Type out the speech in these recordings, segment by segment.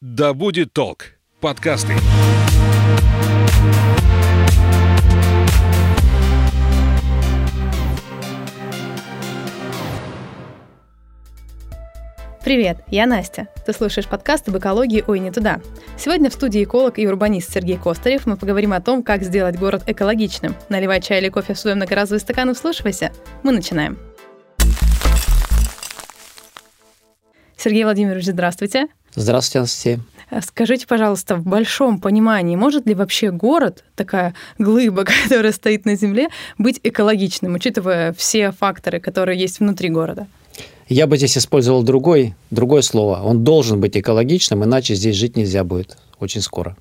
Да будет толк. Подкасты. Привет, я Настя. Ты слушаешь подкаст об экологии «Ой, не туда». Сегодня в студии эколог и урбанист Сергей Костарев. Мы поговорим о том, как сделать город экологичным. Наливай чай или кофе в свой многоразовый стакан и вслушивайся. Мы начинаем. Сергей Владимирович, здравствуйте. Здравствуйте, Анастасия. Скажите, пожалуйста, в большом понимании, может ли вообще город, такая глыба, которая стоит на земле, быть экологичным, учитывая все факторы, которые есть внутри города? Я бы здесь использовал другое слово. Он должен быть экологичным, иначе здесь жить нельзя будет очень скоро.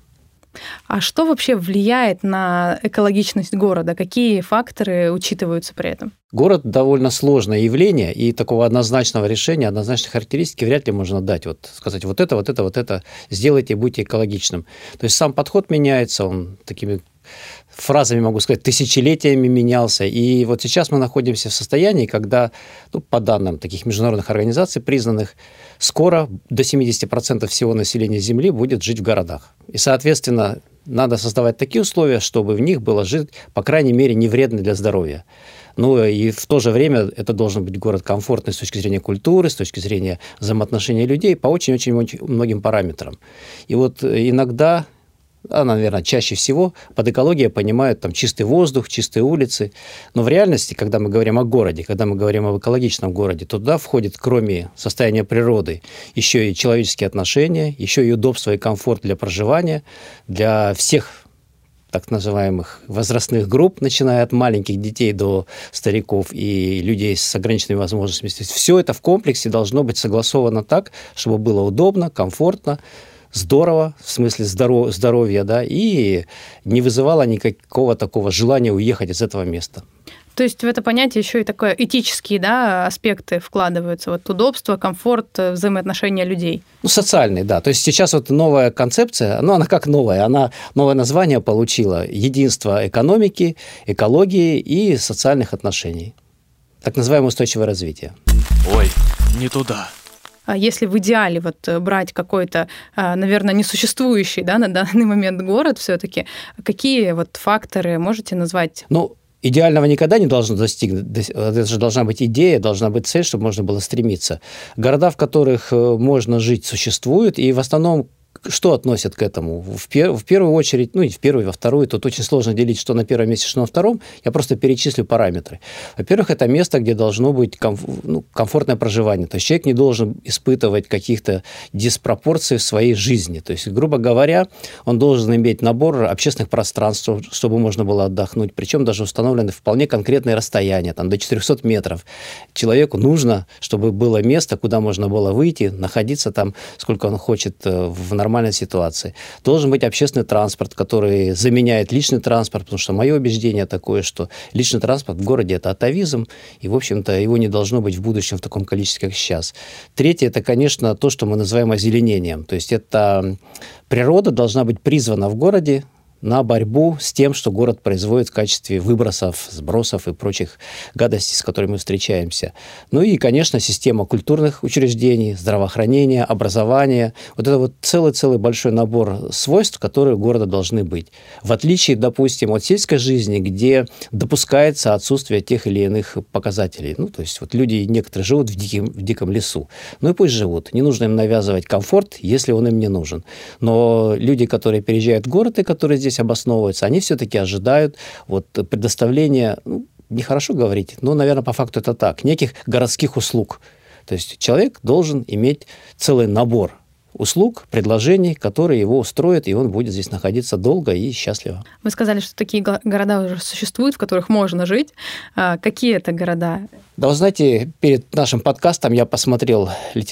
А что вообще влияет на экологичность города? Какие факторы учитываются при этом? Город довольно сложное явление, и такого однозначного решения, однозначной характеристики вряд ли можно дать. Вот сказать, вот это сделайте, будьте экологичным. То есть сам подход меняется, он такими фразами, могу сказать, тысячелетиями менялся. И вот сейчас мы находимся в состоянии, когда, по данным таких международных организаций признанных, скоро до 70% всего населения Земли будет жить в городах. И, соответственно, надо создавать такие условия, чтобы в них было жить, по крайней мере, не вредно для здоровья. Ну и в то же время это должен быть город комфортный с точки зрения культуры, с точки зрения взаимоотношений людей по очень-очень многим параметрам. И вот иногда, наверное, чаще всего под экологией понимают там чистый воздух, чистые улицы. Но в реальности, когда мы говорим о городе, когда мы говорим об экологичном городе, то туда входит, кроме состояния природы, еще и человеческие отношения, еще и удобство и комфорт для проживания, для всех так называемых возрастных групп, начиная от маленьких детей до стариков и людей с ограниченными возможностями. То есть все это в комплексе должно быть согласовано так, чтобы было удобно, комфортно, здорово, в смысле здоровья, да, и не вызывало никакого такого желания уехать из этого места. То есть в это понятие еще и такое этические, да, аспекты вкладываются, вот удобство, комфорт, взаимоотношения людей. Социальные, да. То есть сейчас вот новая концепция, она как новая, она новое название получила: единство экономики, экологии и социальных отношений. Так называемое устойчивое развитие. Ой, не туда. А если в идеале брать какой-то, наверное, несуществующий, да, на данный момент город все-таки, какие факторы можете назвать? Идеального никогда не должно достигнуть. Это же должна быть идея, должна быть цель, чтобы можно было стремиться. Города, в которых можно жить, существуют, и в основном что относят к этому? В первую очередь, и в первую, и во вторую, тут очень сложно делить, что на первом месте, что на втором, я просто перечислю параметры. Во-первых, это место, где должно быть комфортное проживание, то есть человек не должен испытывать каких-то диспропорций в своей жизни, то есть, грубо говоря, он должен иметь набор общественных пространств, чтобы можно было отдохнуть, причем даже установлены вполне конкретные расстояния, там, до 400 метров. Человеку нужно, чтобы было место, куда можно было выйти, находиться там, сколько он хочет в нормальной ситуации. Должен быть общественный транспорт, который заменяет личный транспорт, потому что мое убеждение такое, что личный транспорт в городе – это атовизм, и, в общем-то, его не должно быть в будущем в таком количестве, как сейчас. Третье – это, конечно, то, что мы называем озеленением. То есть это природа должна быть призвана в городе на борьбу с тем, что город производит в качестве выбросов, сбросов и прочих гадостей, с которыми мы встречаемся. И, конечно, система культурных учреждений, здравоохранения, образования. Вот это целый большой набор свойств, которые у города должны быть. В отличие, допустим, от сельской жизни, где допускается отсутствие тех или иных показателей. То есть люди некоторые живут в диком лесу. И пусть живут. Не нужно им навязывать комфорт, если он им не нужен. Но люди, которые переезжают в город и которые здесь обосновываются, они все-таки ожидают предоставления, нехорошо говорить, но, наверное, по факту это так, неких городских услуг. То есть человек должен иметь целый набор услуг, предложений, которые его устроят, и он будет здесь находиться долго и счастливо. Вы сказали, что такие города уже существуют, в которых можно жить. Какие это города? Да, вы знаете, перед нашим подкастом я посмотрел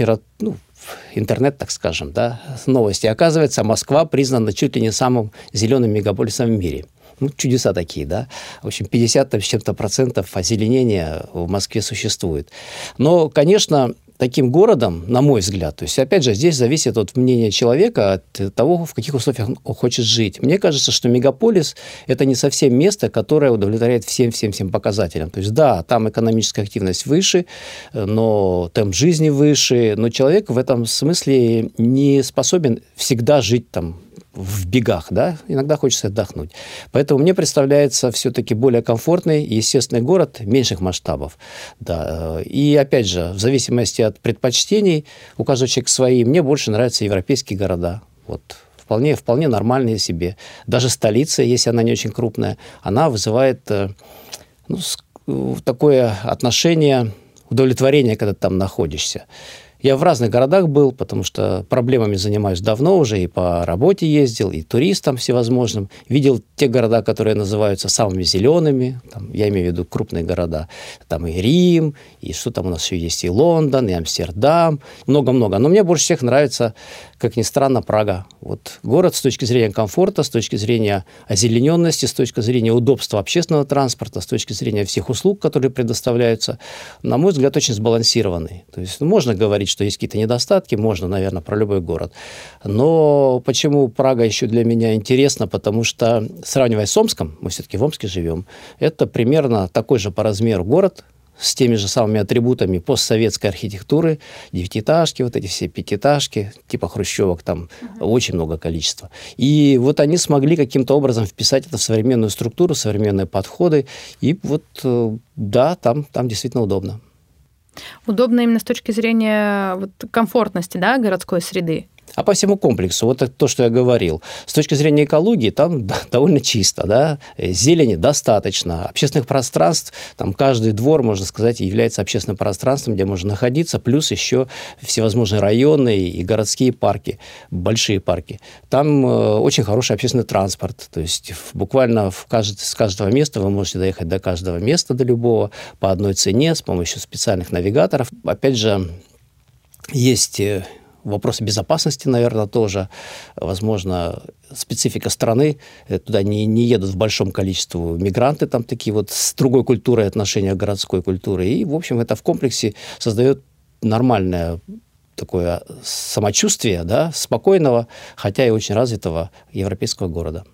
интернет, так скажем, да, новости. Оказывается, Москва признана чуть ли не самым зеленым мегаполисом в мире. Чудеса такие, да. В общем, 50% с чем-то процентов озеленения в Москве существует. Но, конечно, таким городом, на мой взгляд, то есть, опять же, здесь зависит от мнения человека, от того, в каких условиях он хочет жить. Мне кажется, что мегаполис – это не совсем место, которое удовлетворяет всем показателям. То есть, да, там экономическая активность выше, но темп жизни выше, но человек в этом смысле не способен всегда жить там в бегах, да, иногда хочется отдохнуть. Поэтому мне представляется все-таки более комфортный и естественный город меньших масштабов. Да. И опять же, в зависимости от предпочтений, у каждого человека свои, мне больше нравятся европейские города. Вот. Вполне нормальные себе. Даже столица, если она не очень крупная, она вызывает такое отношение, удовлетворение, когда ты там находишься. Я в разных городах был, потому что проблемами занимаюсь давно уже, и по работе ездил, и туристам всевозможным. Видел те города, которые называются самыми зелеными, там, я имею в виду крупные города, там и Рим, и что там у нас еще есть, и Лондон, и Амстердам, много-много. Но мне больше всех нравится, как ни странно, Прага. Вот город с точки зрения комфорта, с точки зрения озелененности, с точки зрения удобства общественного транспорта, с точки зрения всех услуг, которые предоставляются, на мой взгляд, очень сбалансированный. То есть можно говорить, что есть какие-то недостатки, можно, наверное, про любой город. Но почему Прага еще для меня интересна? Потому что, сравнивая с Омском, мы все-таки в Омске живем, это примерно такой же по размеру город, с теми же самыми атрибутами постсоветской архитектуры, девятиэтажки, вот эти все пятиэтажки, типа хрущевок, там очень много количества. И вот они смогли каким-то образом вписать это в современную структуру, современные подходы, и вот, да, там действительно удобно. Удобно именно с точки зрения комфортности, да, городской среды? А по всему комплексу, вот это то, что я говорил. С точки зрения экологии, там довольно чисто, да, зелени достаточно, общественных пространств, там каждый двор, можно сказать, является общественным пространством, где можно находиться, плюс еще всевозможные районные и городские парки, большие парки. Там очень хороший общественный транспорт, то есть буквально с каждого места вы можете доехать до каждого места, до любого, по одной цене, с помощью специальных навигаторов. Опять же, есть вопросы безопасности, наверное, тоже. Возможно, специфика страны. Туда не едут в большом количестве мигранты, там такие вот с другой культурой отношения к городской культуре. И, в общем, это в комплексе создает нормальное такое самочувствие, да, спокойного, хотя и очень развитого европейского города.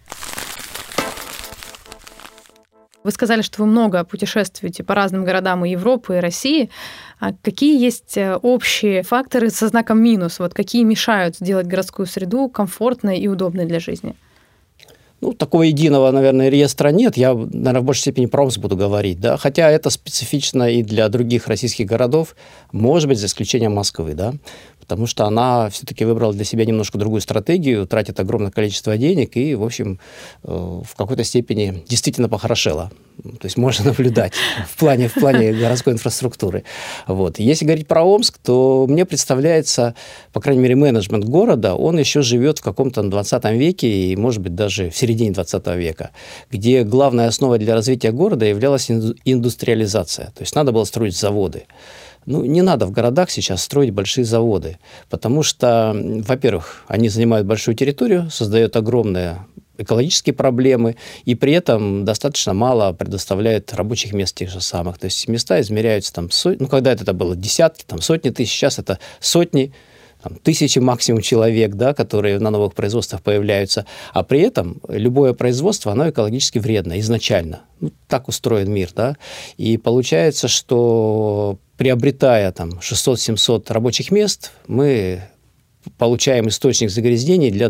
Вы сказали, что вы много путешествуете по разным городам и Европы, и России. А какие есть общие факторы со знаком минус? Вот какие мешают сделать городскую среду комфортной и удобной для жизни? Такого единого, наверное, реестра нет. Я, наверное, в большей степени про Омск буду говорить, да. Хотя это специфично и для других российских городов, может быть, за исключением Москвы, да. Потому что она все-таки выбрала для себя немножко другую стратегию, тратит огромное количество денег и, в общем, в какой-то степени действительно похорошела. То есть можно наблюдать в плане городской инфраструктуры. Вот. Если говорить про Омск, то мне представляется, по крайней мере, менеджмент города, он еще живет в каком-то 20 веке и, может быть, даже в середине 20 века, где главной основой для развития города являлась индустриализация. То есть надо было строить заводы. Не надо в городах сейчас строить большие заводы, потому что, во-первых, они занимают большую территорию, создают огромные экологические проблемы, и при этом достаточно мало предоставляют рабочих мест тех же самых. То есть места измеряются там, когда это было десятки, там, сотни тысяч, сейчас это сотни, тысячи максимум человек, да, которые на новых производствах появляются, а при этом любое производство, оно экологически вредно изначально. Так устроен мир, да, и получается, что приобретая там 600-700 рабочих мест, мы получаем источник загрязнений для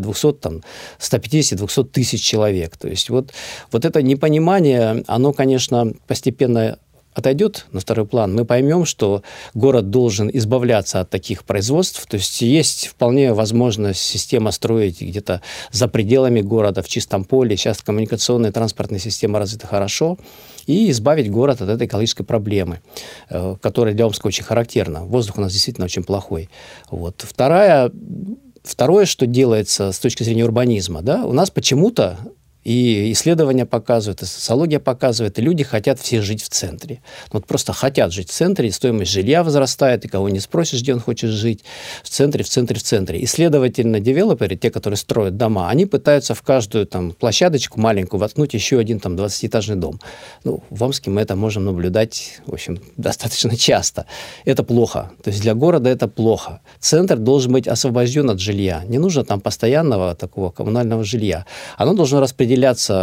150-200 тысяч человек. То есть вот это непонимание, оно, конечно, постепенно отойдет на второй план, мы поймем, что город должен избавляться от таких производств. То есть вполне возможность система строить где-то за пределами города, в чистом поле. Сейчас коммуникационная и транспортная система развита хорошо. И избавить город от этой экологической проблемы, которая для Омска очень характерна. Воздух у нас действительно очень плохой. Вот. Второе, что делается с точки зрения урбанизма, да, у нас почему-то И исследования показывают, и социология показывает, и люди хотят все жить в центре. Вот просто хотят жить в центре, и стоимость жилья возрастает, и кого не спросишь, где он хочет жить, в центре. И, следовательно, девелоперы, те, которые строят дома, они пытаются в каждую там площадочку маленькую воткнуть еще один там 20-этажный дом. Ну, в Омске мы это можем наблюдать, в общем, достаточно часто. Это плохо. То есть для города это плохо. Центр должен быть освобожден от жилья. Не нужно там постоянного такого коммунального жилья. Оно должно распределяться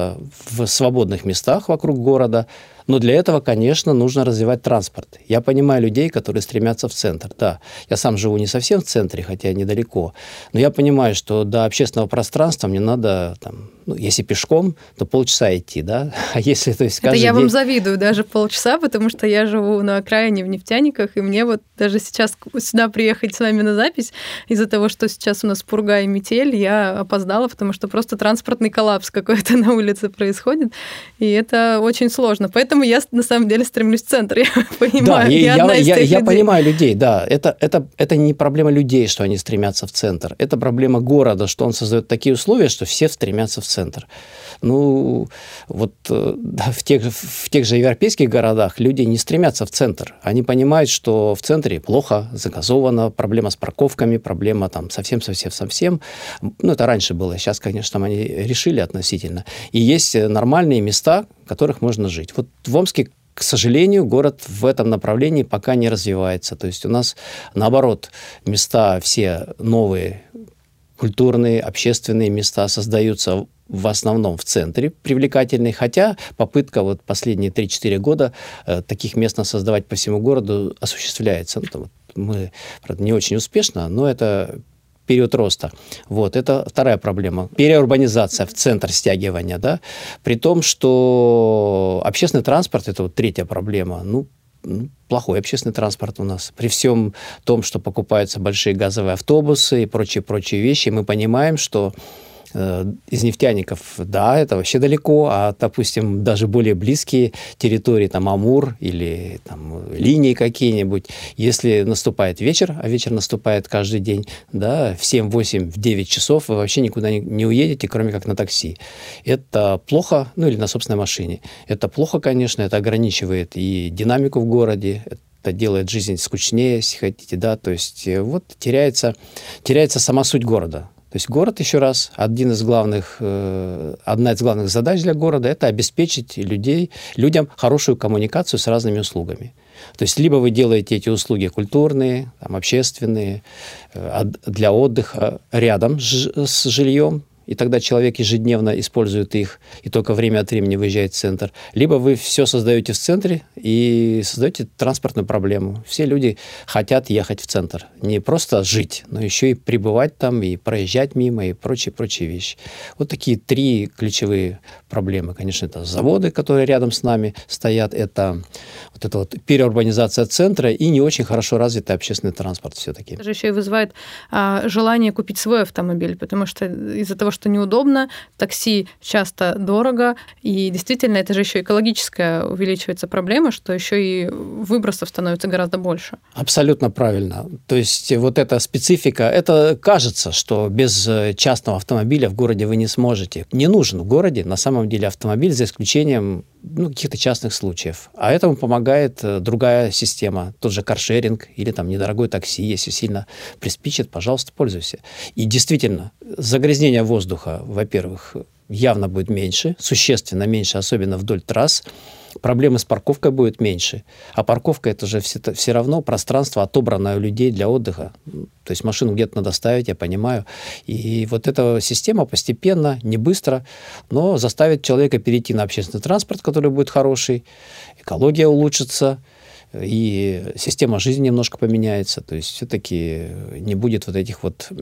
в свободных местах вокруг города, но для этого, конечно, нужно развивать транспорт. Я понимаю людей, которые стремятся в центр. Да, я сам живу не совсем в центре, хотя недалеко, но я понимаю, что до общественного пространства мне надо, там, ну, если пешком, то полчаса идти, да, а если, то есть, каждый день... Это я вам завидую даже полчаса, потому что я живу на окраине в Нефтяниках, и мне вот даже сейчас сюда приехать с вами на запись из-за того, что сейчас у нас пурга и метель, я опоздала, потому что просто транспортный коллапс какой-то на улице происходит, и это очень сложно. Поэтому я на самом деле стремлюсь в центр, я понимаю. Да, я понимаю людей, да. Это не проблема людей, что они стремятся в центр. Это проблема города, что он создает такие условия, что все стремятся в центр. Ну, вот да, в тех же европейских городах люди не стремятся в центр. Они понимают, что в центре плохо, загазовано, проблема с парковками, проблема там совсем. Ну, это раньше было. Сейчас, конечно, там они решили относительно. И есть нормальные места, в которых можно жить. Вот в Омске, к сожалению, город в этом направлении пока не развивается. То есть у нас, наоборот, места все новые, культурные, общественные места создаются в основном в центре привлекательные, хотя попытка вот последние 3-4 года таких мест создавать по всему городу осуществляется. Ну, там, вот мы, правда, не очень успешно, но это период роста. Вот, это вторая проблема. Переурбанизация в центр стягивания, да, при том, что общественный транспорт, это вот третья проблема, плохой общественный транспорт у нас. При всем том, что покупаются большие газовые автобусы и прочие вещи, мы понимаем, что из Нефтяников, да, это вообще далеко, а, допустим, даже более близкие территории, там, Амур или там, линии какие-нибудь, если наступает вечер, а вечер наступает каждый день, да, в 7, 8, в 9 часов вы вообще никуда не уедете, кроме как на такси. Это плохо, ну, или на собственной машине. Это плохо, конечно, это ограничивает и динамику в городе, это делает жизнь скучнее, если хотите, да, то есть вот теряется сама суть города. То есть город, еще раз, одна из главных задач для города – это обеспечить людям хорошую коммуникацию с разными услугами. То есть либо вы делаете эти услуги культурные, там, общественные, для отдыха рядом с жильем, и тогда человек ежедневно использует их и только время от времени выезжает в центр. Либо вы все создаете в центре и создаете транспортную проблему. Все люди хотят ехать в центр. Не просто жить, но еще и пребывать там, и проезжать мимо, и прочие вещи. Вот такие 3 ключевые проблемы. Конечно, это заводы, которые рядом с нами стоят, это вот переурбанизация центра и не очень хорошо развитый общественный транспорт все-таки. Это же еще и вызывает желание купить свой автомобиль, потому что из-за того, что неудобно, такси часто дорого, и действительно это же еще экологическая увеличивается проблема, что еще и выбросов становится гораздо больше. Абсолютно правильно. То есть вот эта специфика, это кажется, что без частного автомобиля в городе вы не сможете. Не нужен в городе на самом деле автомобиль, за исключением каких-то частных случаев. А этому помогает другая система, тот же каршеринг или там недорогое такси, если сильно приспичит, пожалуйста, пользуйся. И действительно, загрязнение воздуха, во-первых, явно будет меньше, существенно меньше, особенно вдоль трасс. Проблемы с парковкой будет меньше. А парковка – это же все равно пространство, отобранное у людей для отдыха. То есть машину где-то надо ставить, я понимаю. И вот эта система постепенно, не быстро, но заставит человека перейти на общественный транспорт, который будет хороший, экология улучшится, и система жизни немножко поменяется. То есть все-таки не будет вот этих вот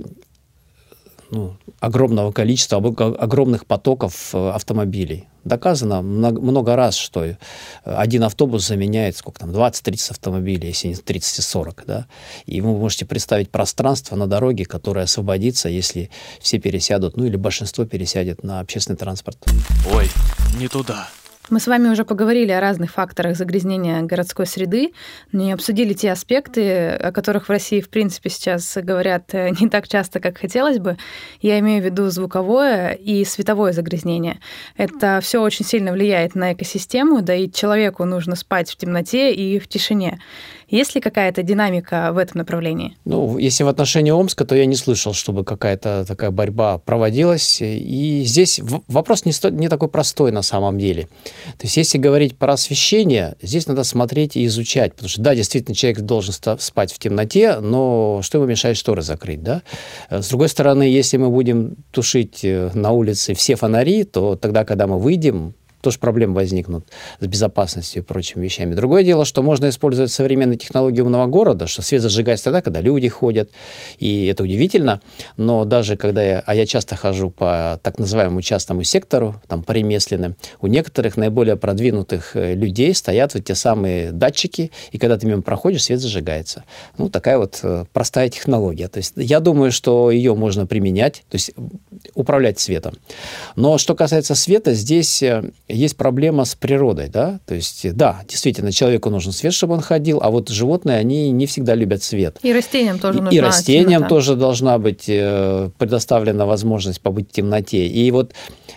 огромного количества, огромных потоков автомобилей. Доказано много раз, что один автобус заменяет 20-30 автомобилей, если не 30-40. Да? И вы можете представить пространство на дороге, которое освободится, если все пересядут, или большинство пересядет на общественный транспорт. Ой, не туда. Мы с вами уже поговорили о разных факторах загрязнения городской среды, но не обсудили те аспекты, о которых в России, в принципе, сейчас говорят не так часто, как хотелось бы. Я имею в виду звуковое и световое загрязнение. Это все очень сильно влияет на экосистему, да и человеку нужно спать в темноте и в тишине. Есть ли какая-то динамика в этом направлении? Если в отношении Омска, то я не слышал, чтобы какая-то такая борьба проводилась. И здесь вопрос не такой простой на самом деле. То есть, если говорить про освещение, здесь надо смотреть и изучать. Потому что, да, действительно, человек должен спать в темноте, но что ему мешает шторы закрыть, да? С другой стороны, если мы будем тушить на улице все фонари, то тогда, когда мы выйдем, тоже проблемы возникнут с безопасностью и прочими вещами. Другое дело, что можно использовать современные технологии умного города, что свет зажигается тогда, когда люди ходят, и это удивительно, но даже когда я часто хожу по так называемому частному сектору, там, по ремесленным, у некоторых наиболее продвинутых людей стоят вот те самые датчики, и когда ты мимо проходишь, свет зажигается. Такая вот простая технология. То есть я думаю, что ее можно применять, то есть управлять светом. Но что касается света, здесь есть проблема с природой, да, то есть, да, действительно, человеку нужен свет, чтобы он ходил, а вот животные, они не всегда любят свет. И растениям тоже нужна темнота. И растениям темнота. тоже должна быть предоставлена возможность побыть в темноте. И вот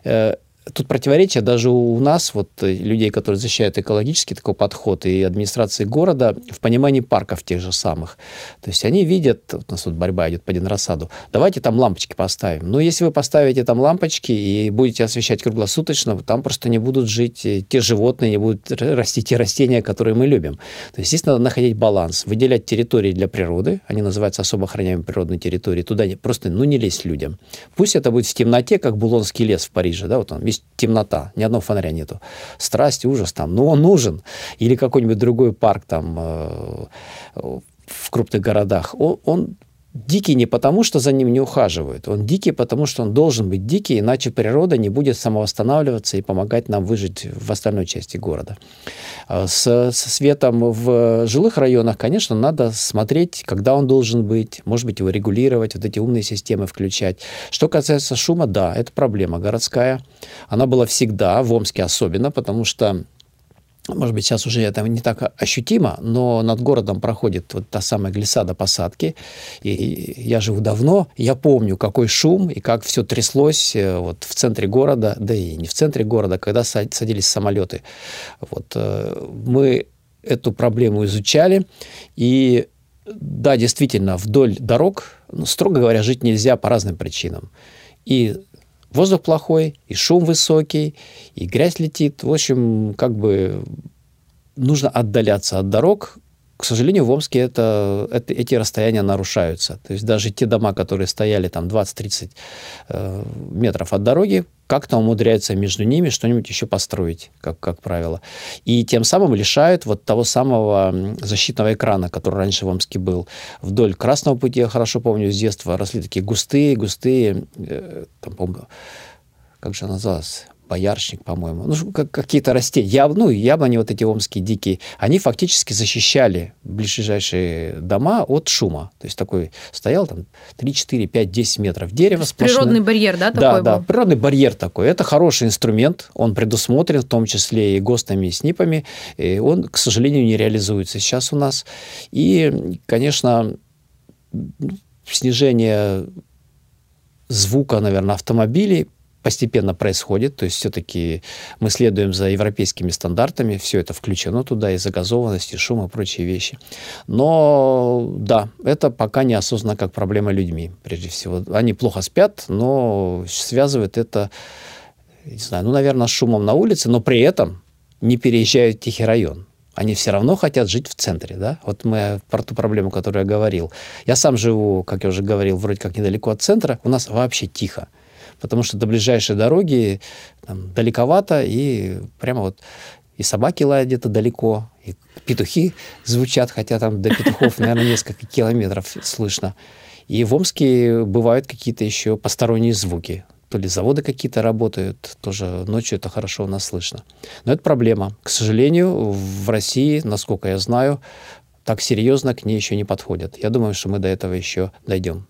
тут противоречие даже у нас, вот людей, которые защищают экологический такой подход, и администрации города, в понимании парков тех же самых. То есть они видят, вот у нас тут борьба идет по Денросаду, давайте там лампочки поставим. Но если вы поставите там лампочки и будете освещать круглосуточно, там просто не будут жить те животные, не будут расти те растения, которые мы любим. То есть здесь надо находить баланс, выделять территории для природы, они называются особо охраняемые природные территории, туда просто не лезть людям. Пусть это будет в темноте, как Булонский лес в Париже, да, вот он есть темнота, ни одного фонаря нету. Страсть, ужас там, но он нужен. Или какой-нибудь другой парк там в крупных городах. Он дикий не потому, что за ним не ухаживают. Он дикий, потому что он должен быть дикий, иначе природа не будет самовосстанавливаться и помогать нам выжить в остальной части города. Со светом в жилых районах, конечно, надо смотреть, когда он должен быть, может быть, его регулировать, вот эти умные системы включать. Что касается шума, да, это проблема городская. Она была всегда, в Омске особенно, потому что может быть, сейчас уже это не так ощутимо, но над городом проходит вот та самая глиссада посадки. И я живу давно, я помню, какой шум и как все тряслось вот в центре города, да и не в центре города, когда садились самолеты. Вот, мы эту проблему изучали, и да, действительно, вдоль дорог, строго говоря, жить нельзя по разным причинам. И воздух плохой, и шум высокий, и грязь летит. В общем, нужно отдаляться от дорог. К сожалению, в Омске эти расстояния нарушаются. То есть даже те дома, которые стояли там 20-30 метров от дороги, как-то умудряются между ними что-нибудь еще построить, как правило. И тем самым лишают вот того самого защитного экрана, который раньше в Омске был. Вдоль Красного пути, я хорошо помню, с детства росли такие густые, там, помню, как же называлось? Боярышник, по-моему, какие-то растения, яблони вот эти омские дикие, они фактически защищали ближайшие дома от шума. То есть такой стоял там 3, 4, 5, 10 метров дерева сплошное. Природный барьер, да, такой был? Да, природный барьер такой. Это хороший инструмент, он предусмотрен, в том числе и ГОСТами, и СНИПами. И он, к сожалению, не реализуется сейчас у нас. И, конечно, снижение звука, наверное, автомобилей постепенно происходит, то есть все-таки мы следуем за европейскими стандартами, все это включено туда, и загазованность, и шум, и прочие вещи. Но да, это пока не осознанно как проблема людьми, прежде всего. Они плохо спят, но связывают это, не знаю, наверное, с шумом на улице, но при этом не переезжают в тихий район. Они все равно хотят жить в центре, да? Вот мы про ту проблему, которую я говорил. Я сам живу, как я уже говорил, вроде как недалеко от центра, у нас вообще тихо. Потому что до ближайшей дороги там далековато, и прямо вот и собаки лают где-то далеко, и петухи звучат, хотя там до петухов, наверное, несколько километров слышно. И в Омске бывают какие-то еще посторонние звуки. То ли заводы какие-то работают, тоже ночью это хорошо у нас слышно. Но это проблема. К сожалению, в России, насколько я знаю, так серьезно к ней еще не подходят. Я думаю, что мы до этого еще дойдем.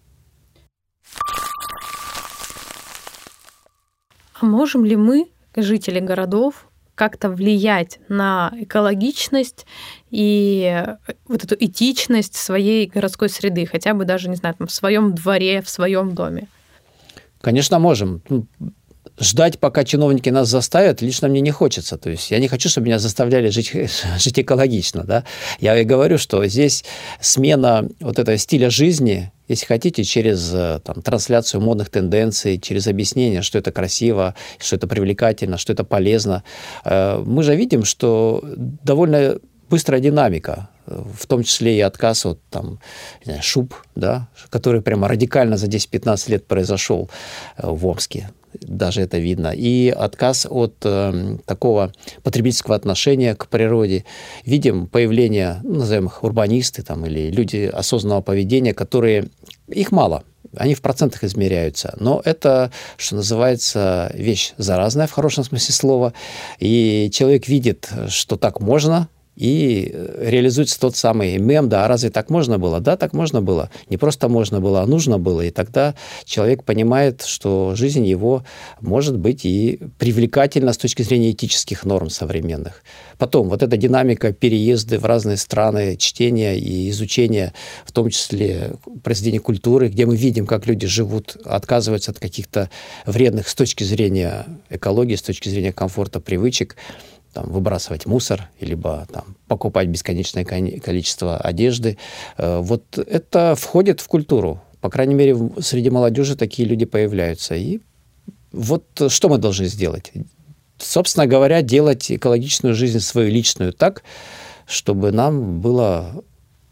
А можем ли мы, жители городов, как-то влиять на экологичность и вот эту этичность своей городской среды, хотя бы даже, не знаю, там, в своем дворе, в своем доме? Конечно, можем. Ждать, пока чиновники нас заставят, лично мне не хочется. То есть я не хочу, чтобы меня заставляли жить экологично. Да? Я и говорю, что здесь смена вот этого стиля жизни, если хотите, через трансляцию модных тенденций, через объяснение, что это красиво, что это привлекательно, что это полезно. Мы же видим, что довольно быстрая динамика, в том числе и отказ от шуб, да, который прямо радикально за 10-15 лет произошел в Омске. Даже это видно. И отказ от такого потребительского отношения к природе. Видим появление, назовем их урбанисты или люди осознанного поведения, которые... Их мало. Они в процентах измеряются. Но это, что называется, вещь заразная в хорошем смысле слова. И человек видит, что так можно, и реализуется тот самый мем, да, а разве так можно было? Да, так можно было. Не просто можно было, а нужно было. И тогда человек понимает, что жизнь его может быть и привлекательна с точки зрения этических норм современных. Потом вот эта динамика, переезды в разные страны, чтение и изучение, в том числе произведений культуры, где мы видим, как люди живут, отказываются от каких-то вредных с точки зрения экологии, с точки зрения комфорта, привычек, выбрасывать мусор, либо покупать бесконечное количество одежды. Вот это входит в культуру. По крайней мере, среди молодежи такие люди появляются. И вот что мы должны сделать? Собственно говоря, делать экологичную жизнь свою личную так, чтобы нам было...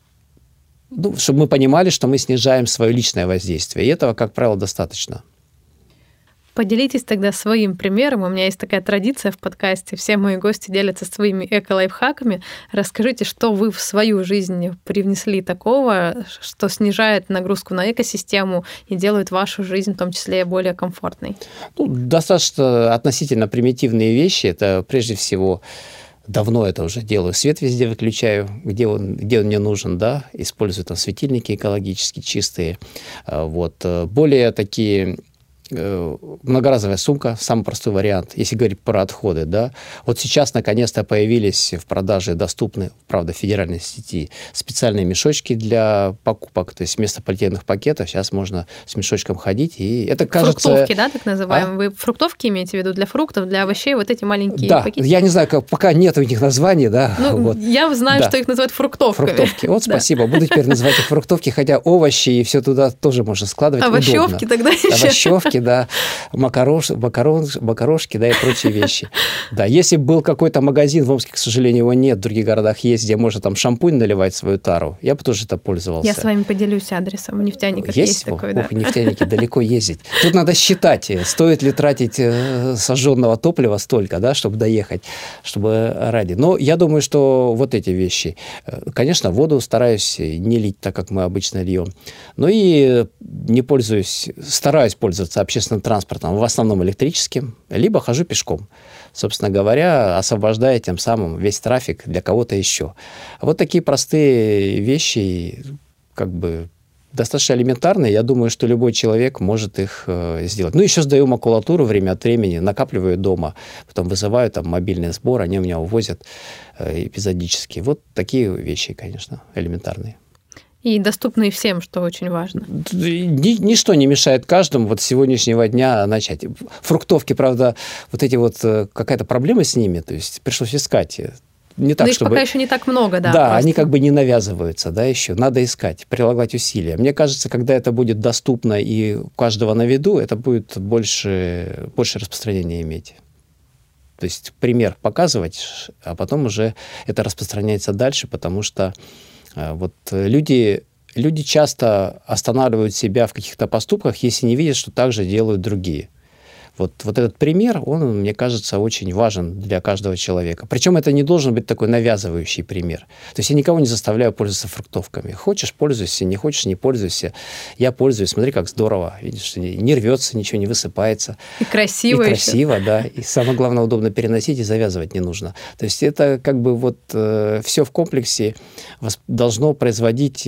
чтобы мы понимали, что мы снижаем свое личное воздействие. И этого, как правило, достаточно. Поделитесь тогда своим примером. У меня есть такая традиция в подкасте. Все мои гости делятся своими эко-лайфхаками. Расскажите, что вы в свою жизнь привнесли такого, что снижает нагрузку на экосистему и делает вашу жизнь в том числе более комфортной? Достаточно относительно примитивные вещи. Это прежде всего... Давно это уже делаю. Свет везде выключаю, где он мне нужен, да. Использую светильники экологически чистые. Вот. Более такие... Многоразовая сумка, самый простой вариант, если говорить про отходы, да. Вот сейчас наконец-то появились в продаже доступны, правда, в федеральной сети специальные мешочки для покупок, то есть вместо полиэтиленовых пакетов сейчас можно с мешочком ходить, и это кажется... Фруктовки, да, так называемые? Вы фруктовки имеете в виду для фруктов, для овощей, вот эти маленькие пакетики? Да, я не знаю, пока нет у них названий, да. Я знаю, что их называют фруктовками. Фруктовки, вот спасибо, буду теперь называть их фруктовки, хотя овощи и все туда тоже можно складывать. Овощевки тогда еще. Овощевки, да, макарошки, да, и прочие вещи. Да, если был какой-то магазин, в Омске, к сожалению, его нет, в других городах есть, где можно шампунь наливать в свою тару, я бы тоже это пользовался. Я с вами поделюсь адресом. В Нефтяниках есть такой, да. Нефтяники, далеко ездить. Тут надо считать, стоит ли тратить сожженного топлива столько, да, чтобы доехать, чтобы ради. Но я думаю, что вот эти вещи. Конечно, воду стараюсь не лить так, как мы обычно льем. Но и стараюсь пользоваться общественным транспортом, в основном электрическим, либо хожу пешком, собственно говоря, освобождая тем самым весь трафик для кого-то еще. Вот такие простые вещи, достаточно элементарные. Я думаю, что любой человек может их сделать. Еще сдаю макулатуру время от времени, накапливаю дома, потом вызываю мобильный сбор, они у меня увозят эпизодически. Вот такие вещи, конечно, элементарные. И доступные всем, что очень важно. Ничто не мешает каждому с сегодняшнего дня начать. Фруктовки, правда, какая-то проблема с ними, то есть пришлось искать. Не так, их пока еще не так много, да. Да, просто. Они не навязываются, да, еще. Надо искать, прилагать усилия. Мне кажется, когда это будет доступно и у каждого на виду, это будет больше распространения иметь. То есть пример показывать, а потом уже это распространяется дальше, потому что люди часто останавливают себя в каких-то поступках, если не видят, что так же делают другие. Вот этот пример, он, мне кажется, очень важен для каждого человека. Причем это не должен быть такой навязывающий пример. То есть я никого не заставляю пользоваться фруктовками. Хочешь — пользуйся, не хочешь — не пользуйся. Я пользуюсь, смотри, как здорово. Видишь, не рвется, ничего не высыпается. И красиво. И красиво, да. И самое главное, удобно переносить, и завязывать не нужно. То есть это все в комплексе должно производить,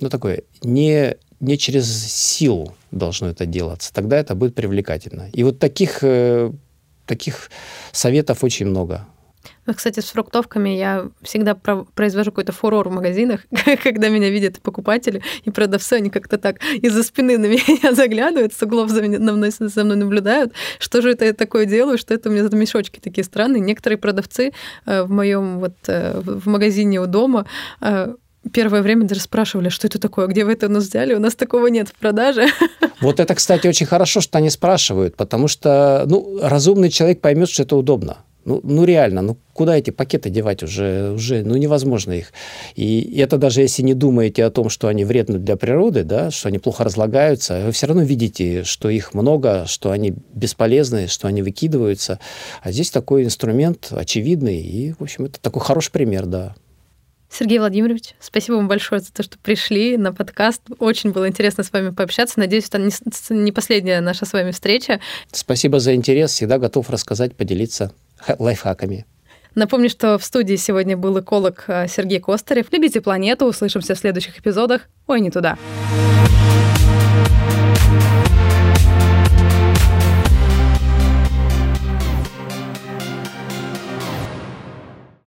не через силу должно это делаться. Тогда это будет привлекательно. И таких советов очень много. Кстати, с фруктовками я всегда произвожу какой-то фурор в магазинах, когда меня видят покупатели и продавцы, они как-то так из-за спины на меня заглядывают, с углов за мной наблюдают, что же это я такое делаю, что это у меня за мешочки такие странные. Некоторые продавцы в моем в магазине у дома первое время даже спрашивали, что это такое, где вы это у нас взяли, у нас такого нет в продаже. Вот это, кстати, очень хорошо, что они спрашивают, потому что разумный человек поймет, что это удобно. Реально, куда эти пакеты девать уже невозможно их. И это даже если не думаете о том, что они вредны для природы, да, что они плохо разлагаются, вы все равно видите, что их много, что они бесполезны, что они выкидываются. А здесь такой инструмент очевидный, и, в общем, это такой хороший пример, да. Сергей Владимирович, спасибо вам большое за то, что пришли на подкаст. Очень было интересно с вами пообщаться. Надеюсь, это не последняя наша с вами встреча. Спасибо за интерес. Всегда готов рассказать, поделиться лайфхаками. Напомню, что в студии сегодня был эколог Сергей Костарев. Любите планету. Услышимся в следующих эпизодах. Ой, не туда.